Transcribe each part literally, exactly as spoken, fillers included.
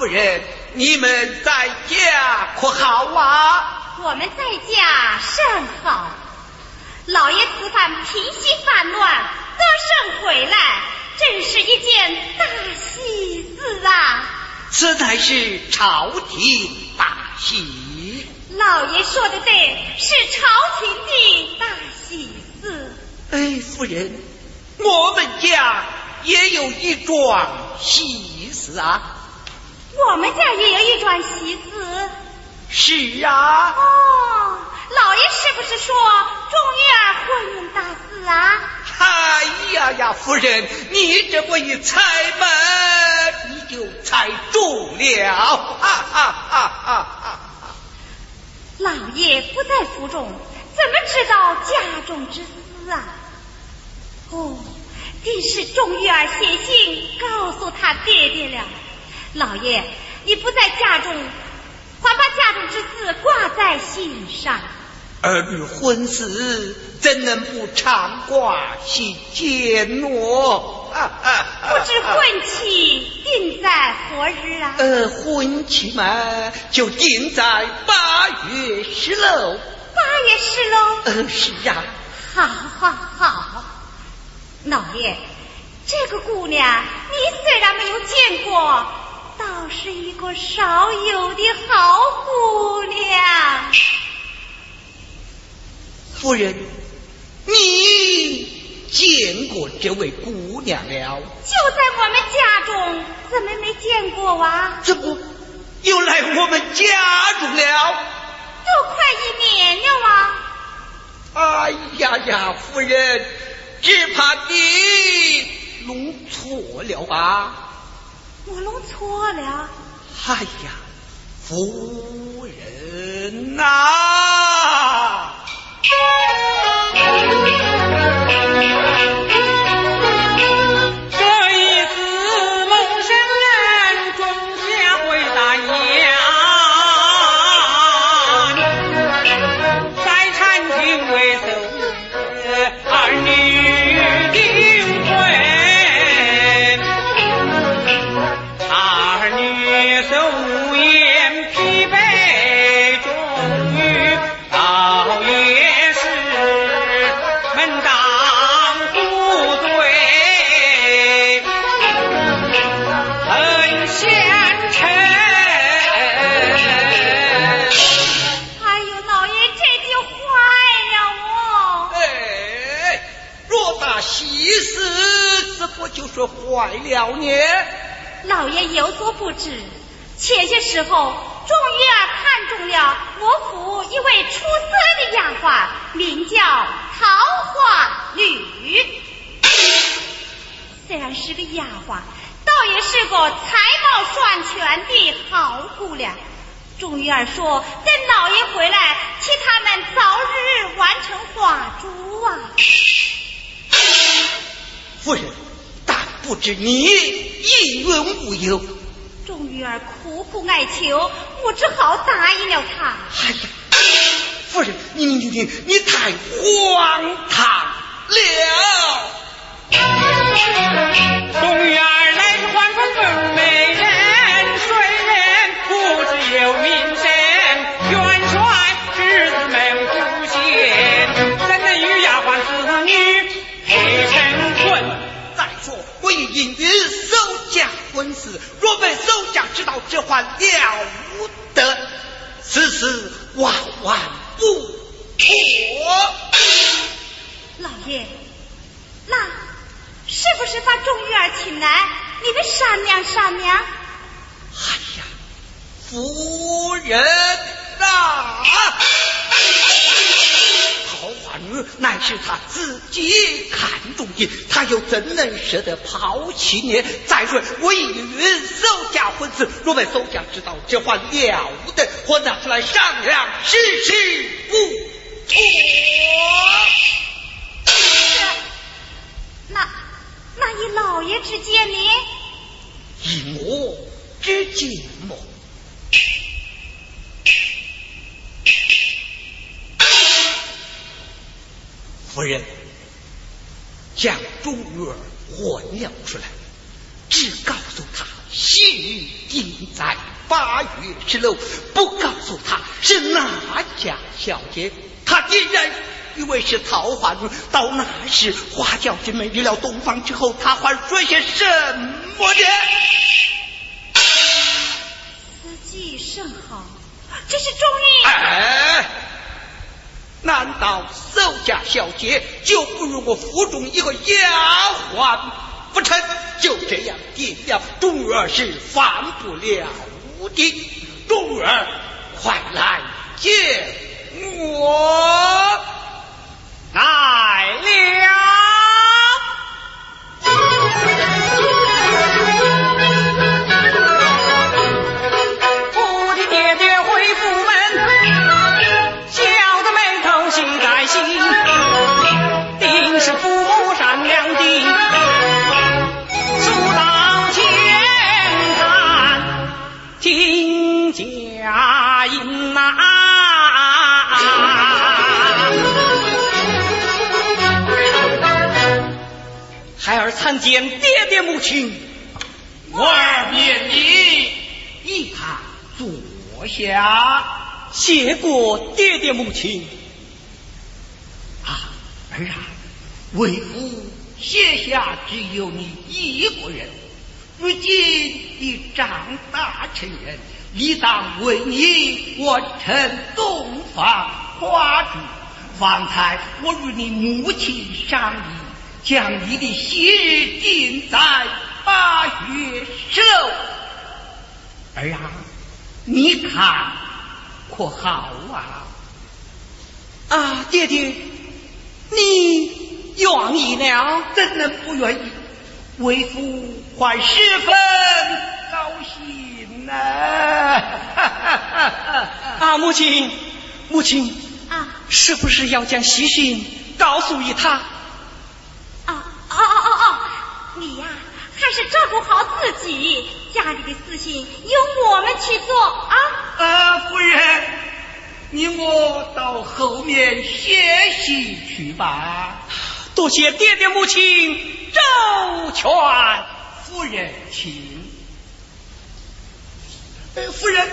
夫人，你们在家可好啊？ 我们在家甚好。老爷此番平息叛乱，得胜回来，真是一件大喜事啊！ 此乃是朝廷大喜。 老爷说的对，是朝廷的大喜事。 哎，夫人，我们家也有一桩喜事啊。 我们家也有一桩喜事。 是啊。 哦，老爷是不是说钟玉儿婚姻大事啊？ 哎呀呀，夫人，你这么一猜嘛，你就猜中了，哈哈哈哈哈！ 老爷不在府中，怎么知道家中之事啊？哦，定是钟玉儿写信告诉他爹爹了。老爷，你不在家中，还把家中之事挂在心上。 儿女婚事怎能不常挂心间呢？啊啊、 不知婚期定在何日啊？ 呃，婚期嘛，就定在八月十楼。 八月十楼？ 呃，是呀、 啊。好，好，好。老爷，这个姑娘你虽然没有见过，倒是一个少有的好姑娘。 夫人，你见过这位姑娘了？ 就在我们家中，怎么没见过啊？ 怎么又来我们家中了？ 都快一年了啊！ 哎呀呀，夫人，只怕你弄错了吧？ 我弄错了？ 哎呀，夫人呐、啊！ 这一次蒙生人终将回大洋，在产经为首儿女订婚，儿女夙言疲惫终于老爷喜事怎么就说坏了呢？ 老爷有所不知，前些时候钟玉儿看中了我府一位出色的丫鬟，名叫桃花女。虽然是个丫鬟，倒也是个才貌双全的好姑娘。钟玉儿说等老爷回来，请他们早日完成花烛啊。 夫人，但不知你应允无有。 钟玉儿苦苦哀求，我只好答应了他。 哎呀，夫人，你你你你太荒唐了！ 钟玉儿乃是宦官封美人，谁人不知有名声？元帅侄子们不贤，怎能与丫鬟子女配成婚？ 再说我已因于守家婚事，若被守家知道，这还了得！此事万万不妥。 老爷，那是不是把钟玉儿请来，你们商量商量？ 哎呀，夫人呐！桃花女乃是他自己看中的，他又怎能舍得抛弃呢？再说我已允守家婚事，若被守家知道，这还了得！我拿出来商量，事事不妥。 那那以老爷之见呢？ 以我之见么？夫人，将钟玉儿混了出来，只告诉他昔日定在八月十六，不告诉他是哪家小姐，他竟然以为是桃花女。到那时花轿之美离了东方之后，他还说些什么呢？ 司机甚好，这是终于。 哎，难道邹家小姐就不如我府中一个丫鬟？不成，就这样定了。钟儿是犯不了的。钟儿，快来见我。 来了。我的爹爹回府门，笑得眉头细在心，定是父母善良的。速到前看听佳音呐、孩儿参见爹爹母亲。 我儿免礼，一堂坐下。 谢过爹爹母亲。 啊，儿啊，为父膝下只有你一个人，如今你长大成人，理当为你我承东方花烛。方才我与你母亲商议，将你的昔日定在八月十六。儿啊，你看可好啊？ 啊，爹爹，你愿意了？ 怎能不愿意？为父还十分高兴呢、啊。 啊，母亲，母亲啊， 是不是要将喜讯告诉于他？ 哦哦哦哦哦，你呀、啊，还是照顾好自己，家里的事情由我们去做啊。 啊，夫人，你我到后面歇息去吧。 多谢爹爹母亲周全。 夫人请。呃，夫人。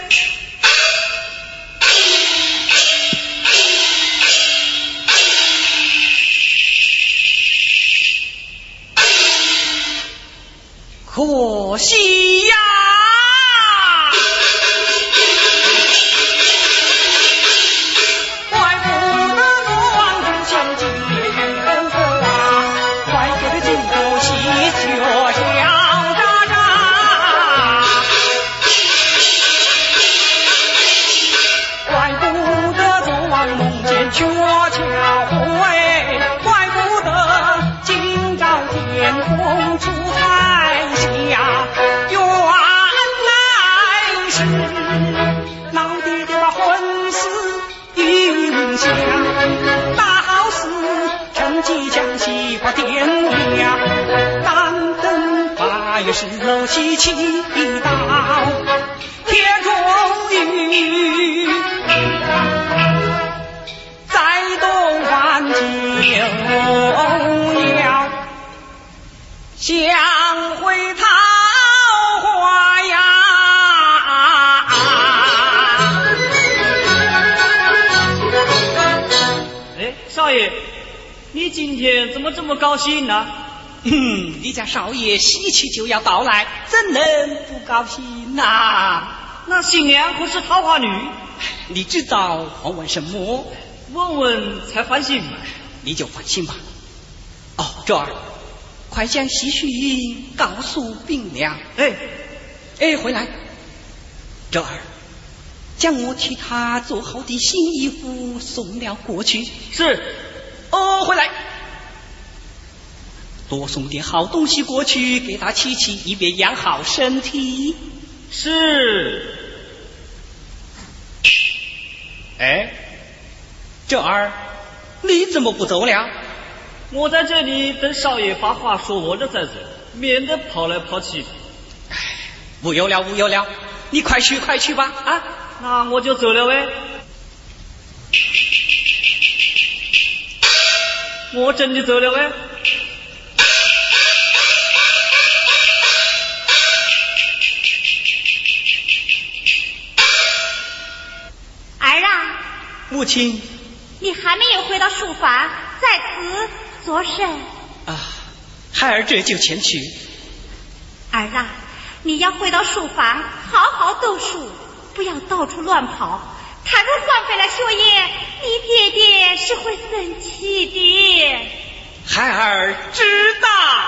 可惜呀、怪不得昨晚不相见啊，怪不得今后喜鹊笑喳喳，怪不得昨晚梦见鹊桥会，怪不得今朝天空出彩呀，原来是老爹爹把婚事影响，大好事趁即将喜花点亮，但等八月十六喜气到，天终于在东方就要想回桃花呀！ 哎，少爷，你今天怎么这么高兴呢？ 嗯，你家少爷喜气就要到来，怎能不高兴呐、啊？ 那新娘可是桃花女， 你知道我问什么？ 问问才放心嘛。 你就放心吧。哦，这儿。快将喜讯告诉兵娘。 哎哎，回来，这儿将我替他做好的新衣服送了过去。 是。 哦，回来，多送点好东西过去给他祈祈，以便养好身体。 是。 哎，这儿你怎么不走了？ 我在这里等少爷把话说完了再走，免得跑来跑去。 唉，无有了，无有了，你快去，快去吧！啊， 那我就走了喂。我真的走了喂。 亲， 你还没有回到书房，在此作甚？ 啊，孩儿这就前去。 儿啊，你要回到书房，好好读书，不要到处乱跑。他若荒废了学业，你爹爹是会生气的。 孩儿知道。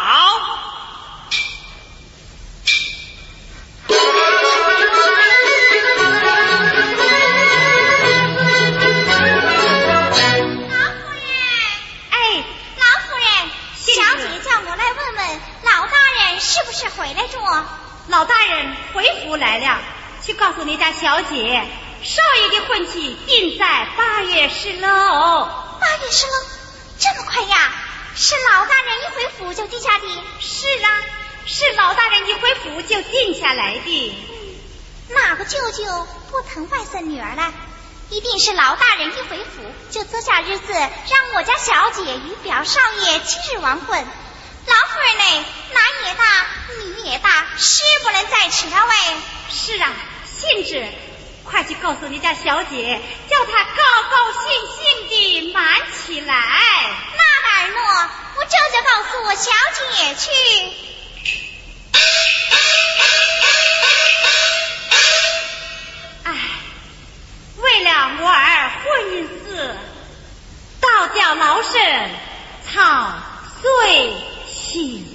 是不是回来着？ 老大人回府来了，去告诉你家小姐，少爷的婚期定在八月十六。 八月十六，这么快呀？是老大人一回府就定下的？ 是啊，是老大人一回府就定下来的。 嗯，哪个舅舅不疼外孙女儿了？一定是老大人一回府就择下日子，让我家小姐与表少爷今日完婚。老夫人呢，男也大，女也大，是不能再迟了喂。 是啊，信旨，快去告诉你家小姐，叫她高高兴兴地瞒起来。 那尔诺，我这就告诉我小姐去。 唉，为了我儿婚姻事，倒叫老身操碎心。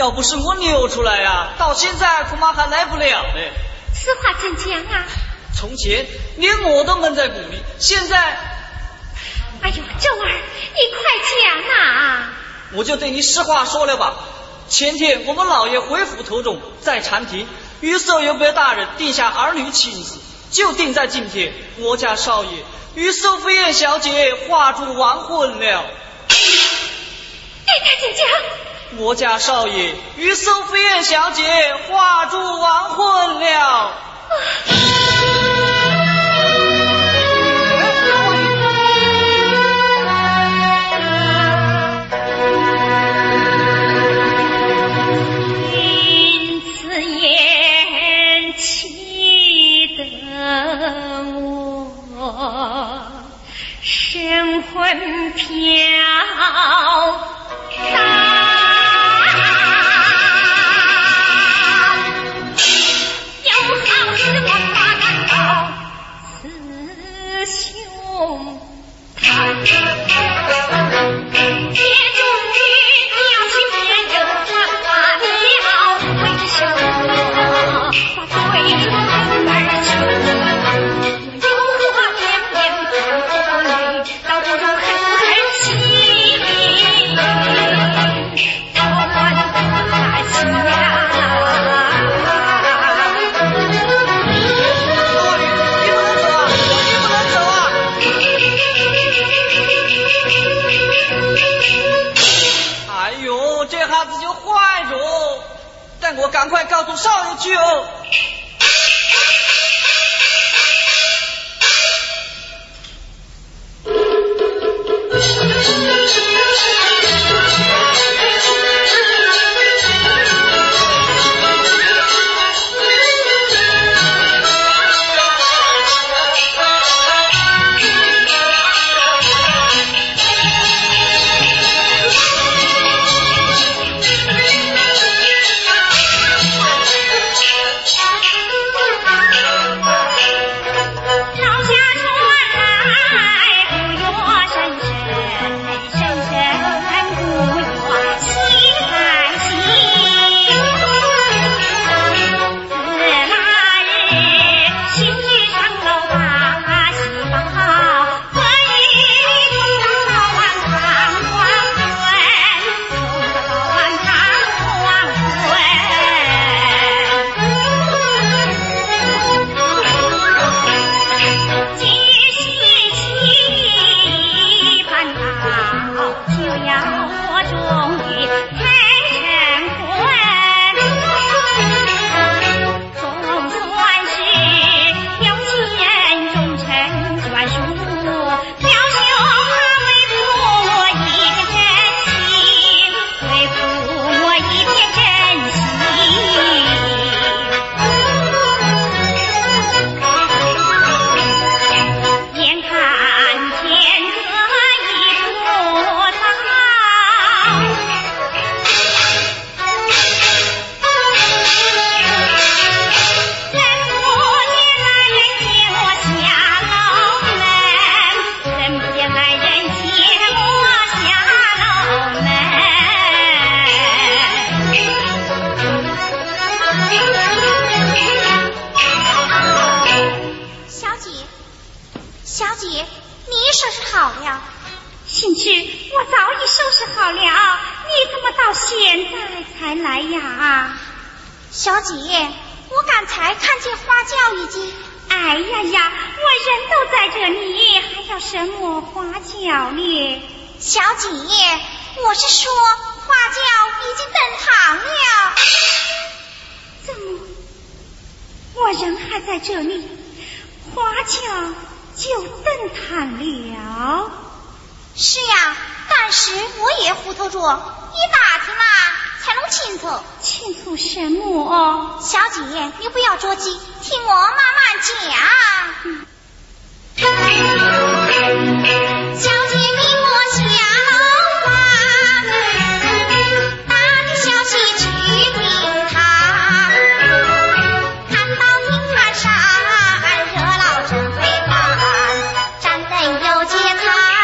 要不是我扭出来呀、啊，到现在恐怕还来不了嘞。 此话怎讲啊？ 从前连我都闷在鼓里，现在…… 哎呦，周儿，你快讲啊！ 我就对你实话说了吧。前天我们老爷回府投中，在禅庭与寿有伯大人定下儿女亲事，就定在今天。我家少爷与寿飞燕小姐化烛完婚了。 哎，他姐姐， 我家少爷与寿飞燕小姐化烛完婚了。啊神魂飘荡，又好似我发感到雌雄谈，也终于要去面肉长发了，为之生活把对主而求。 我赶快告诉少爷去哦。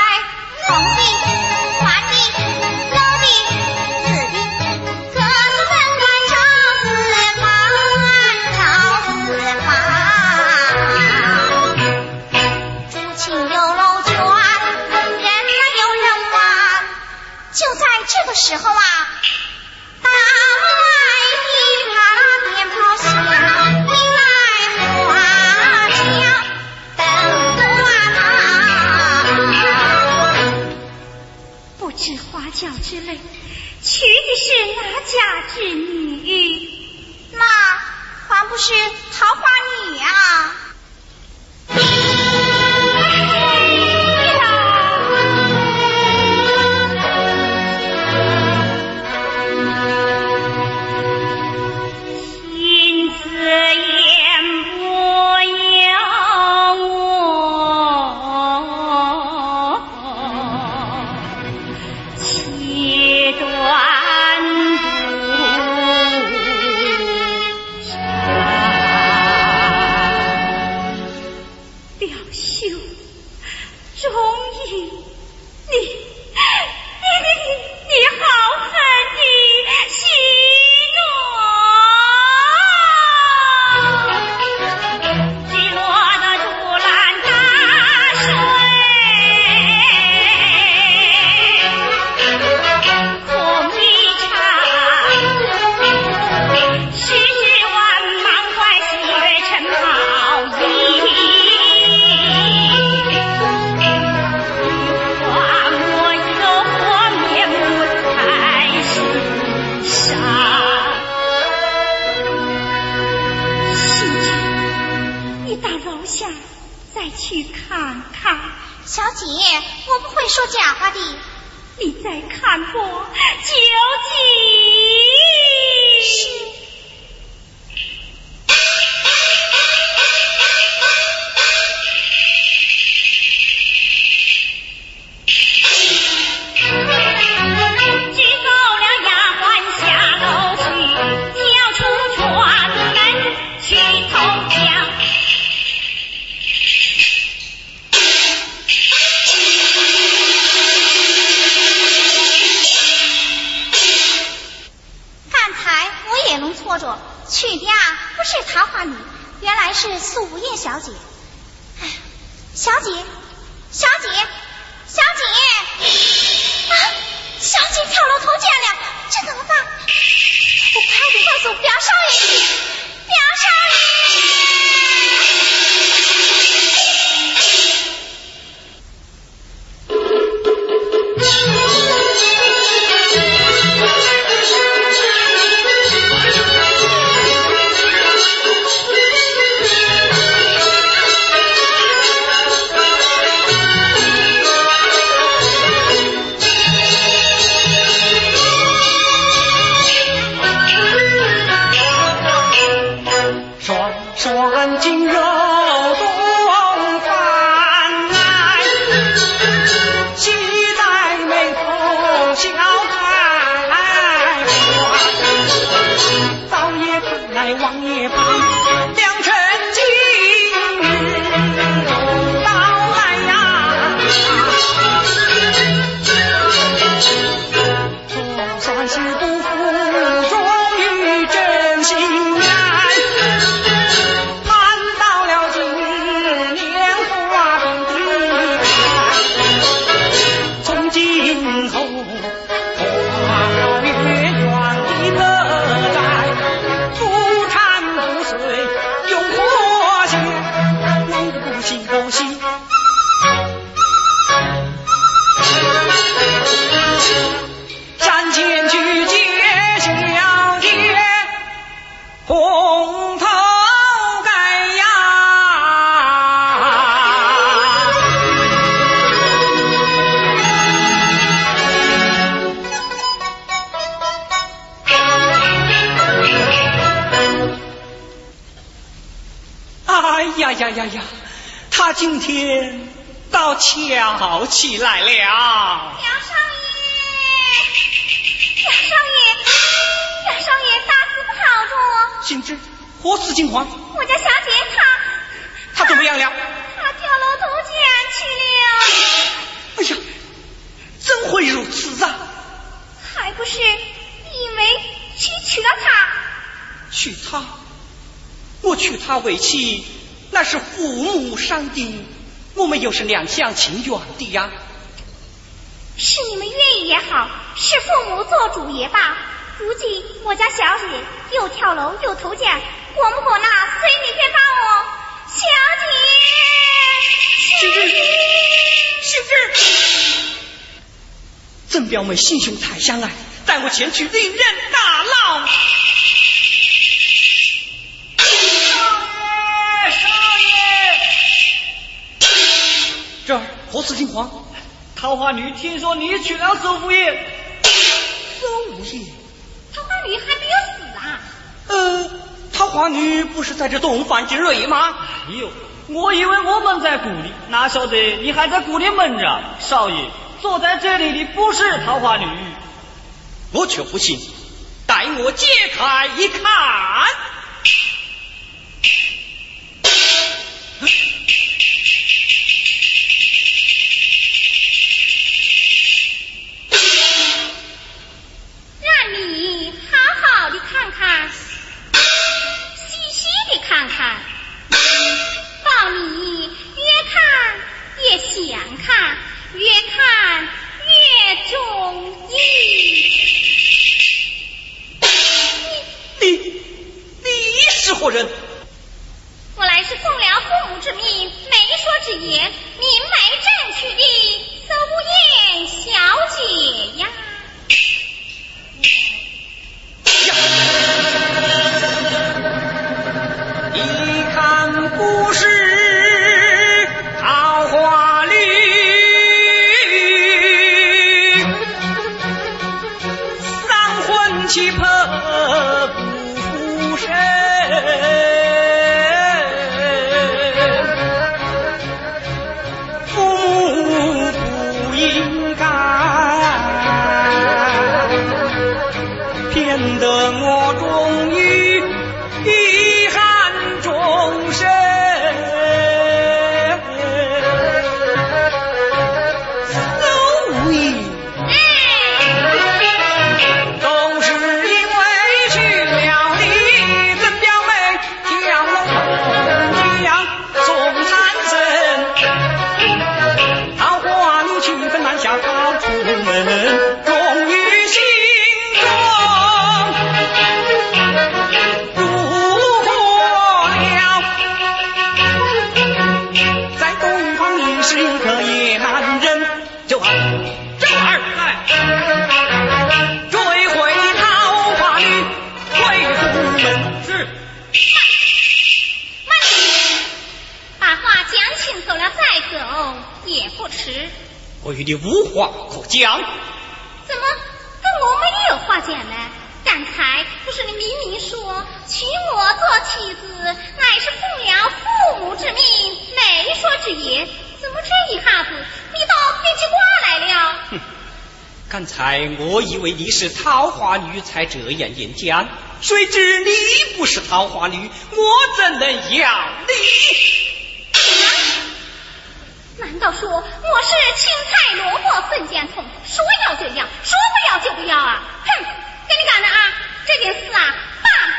红的、黄的、绿的、紫的，各式各不是桃花女啊？ 呀呀呀呀！他今天倒巧起来了。 梁少爷，梁少爷，梁少爷大字不好着。 行之，何此情况？ 我家小姐她她怎么样了？ 她跳楼头涧去了。 哎呀，怎会如此啊？ 还不是因为去娶了她。 娶她？我娶她为妻，那是父母商定，我们又是两厢情愿的呀。 是你们愿意也好，是父母做主也罢，如今我家小姐又跳楼又投江，我们可那随你便把我小姐行之行之，曾表妹心胸太相爱，带我前去令人大牢。 是情况？ 桃花女听说你去了首府爷。 首府爷？ 桃花女还没有死啊？ 呃，桃花女不是在这洞犯之瑞吗？ 哎呦，我以为我们在谷里，哪晓得你还在谷里闷着。少爷，坐在这里的不是桃花女。 我却不信，待我揭开一看。 让你好好的看看，细细的看看，抱你越看越想看，越看越中意。 你你是何人？ 我来是奉了父母之命，媒妁之言，明媒正娶的邹无言小姐呀。 一看不是桃花绿，三魂七魄不附身，父母不应该骗得我终于遗憾终身。 邹爷， 都是因为去了你跟表妹跳了同江送残生，桃花女去分南下逃出门，终于心中如火了。在东方你是一个野男人， 九儿，九儿， 来追回桃花女回府门。 是。 慢点，把话讲清楚了再走也不迟。 我与你无话可讲。 怎么跟我没有话讲呢？刚才不是你明明说娶我做妻子乃是奉了父母之命，媒妁之言，怎么这一下子你倒变起瓜来了？ 哼，刚才我以为你是桃花女才这样演讲，谁知你不是桃花女，我怎能要你？ 难道说我是青菜萝卜分间葱，说要就要，说不要就不要啊？哼，跟你讲的啊，这件事啊办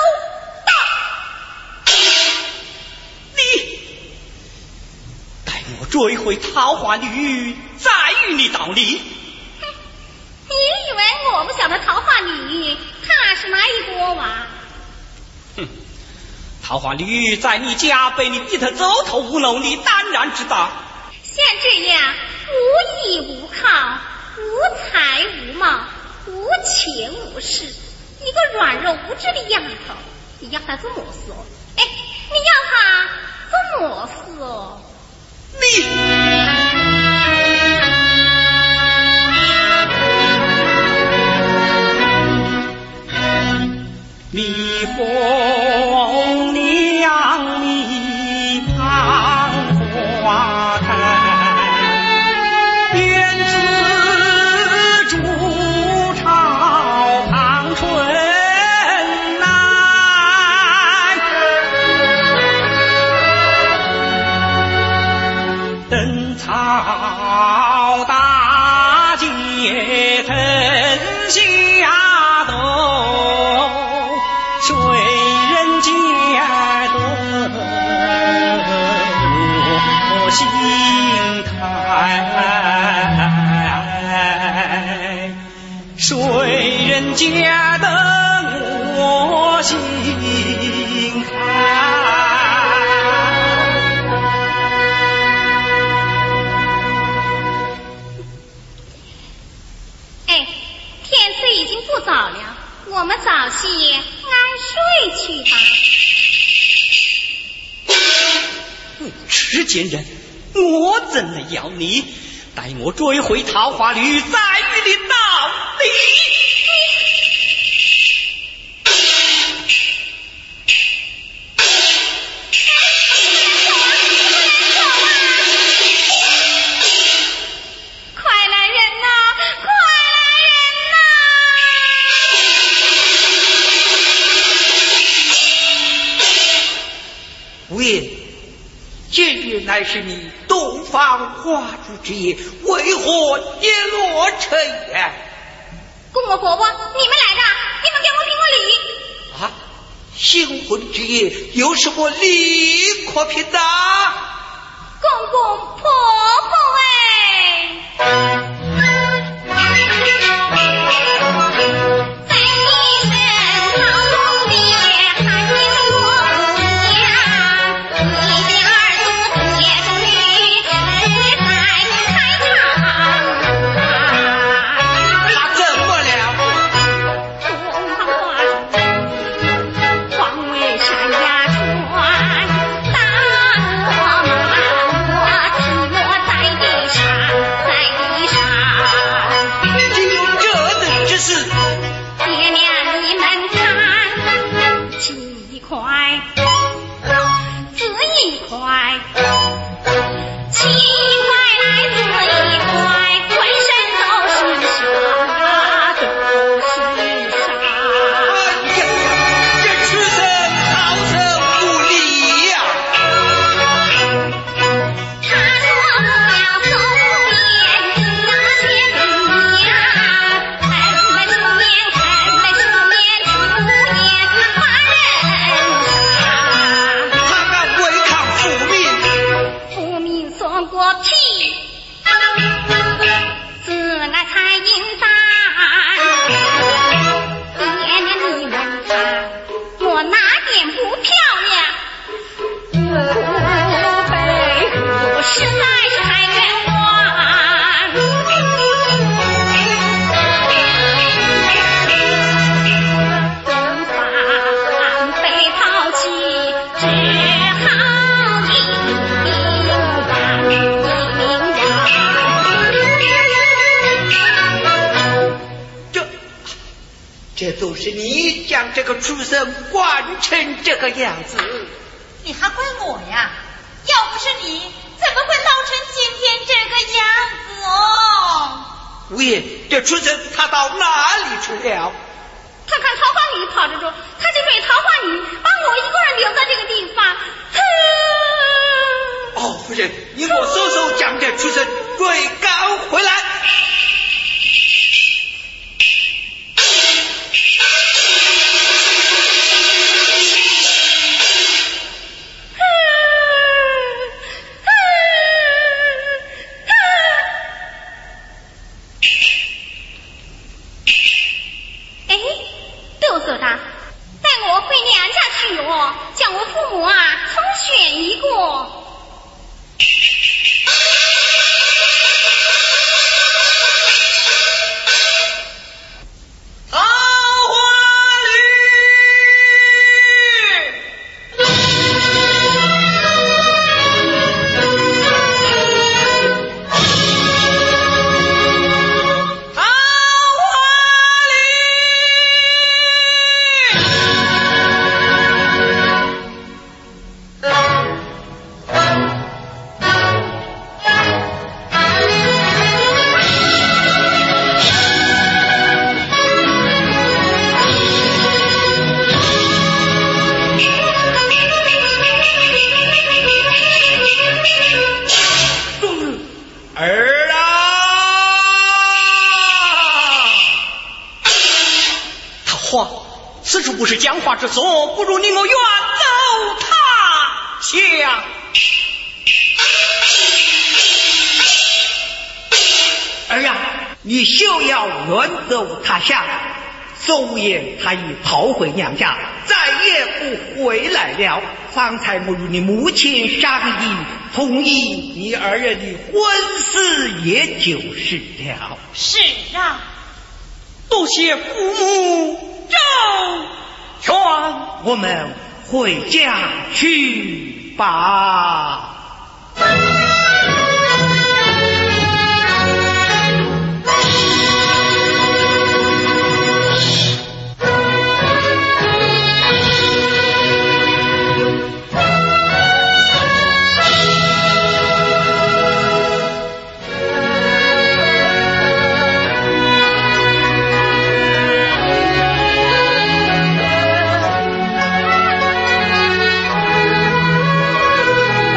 不到。 你待我追回桃花女，再与你道理。 哼，你以为我不晓得桃花女她是哪一国娃？ 哼，桃花女在你家被你逼得走投无路，你当然知道。 像这样无依无靠、无才无貌、无钱无势，一个软弱无知的丫头，你要她做么事哦？哎，你要她做么事哦？ 你蜜蜂娘蜜盼花开，燕子筑巢盼春来，灯草大街灯下斗，谁人家的我心开，谁人家的我心开。 哎，天色已经不早了，我们早些安睡去吧。 无耻贱人， 我怎能要你？待我追回桃花女，再与你到底。这原来是你东方花烛之夜，为何跌落尘缘？ 公公婆婆，你们来的，你们给我评个理。 啊，新婚之夜有什么理可评的？ 公公婆婆哎。 这个畜生惯成这个样子， 你还怪我呀？要不是你，怎么会闹成今天这个样子哦？ 五爷，这畜生他到哪里去了？ 他看桃花女跑着走，他就追桃花女，把我一个人留在这个地方。 哦，夫人，你我搜搜将这畜生追赶回来。 将我父母啊重选一个。 此处不是讲话之所，不如你我远走他乡。儿啊，你休要远走他乡。宋爷他已逃回娘家，再也不回来了。方才我与你母亲商议，同意你二人的婚事，也就是了。 是啊， 多谢父母周全，我们回家去吧。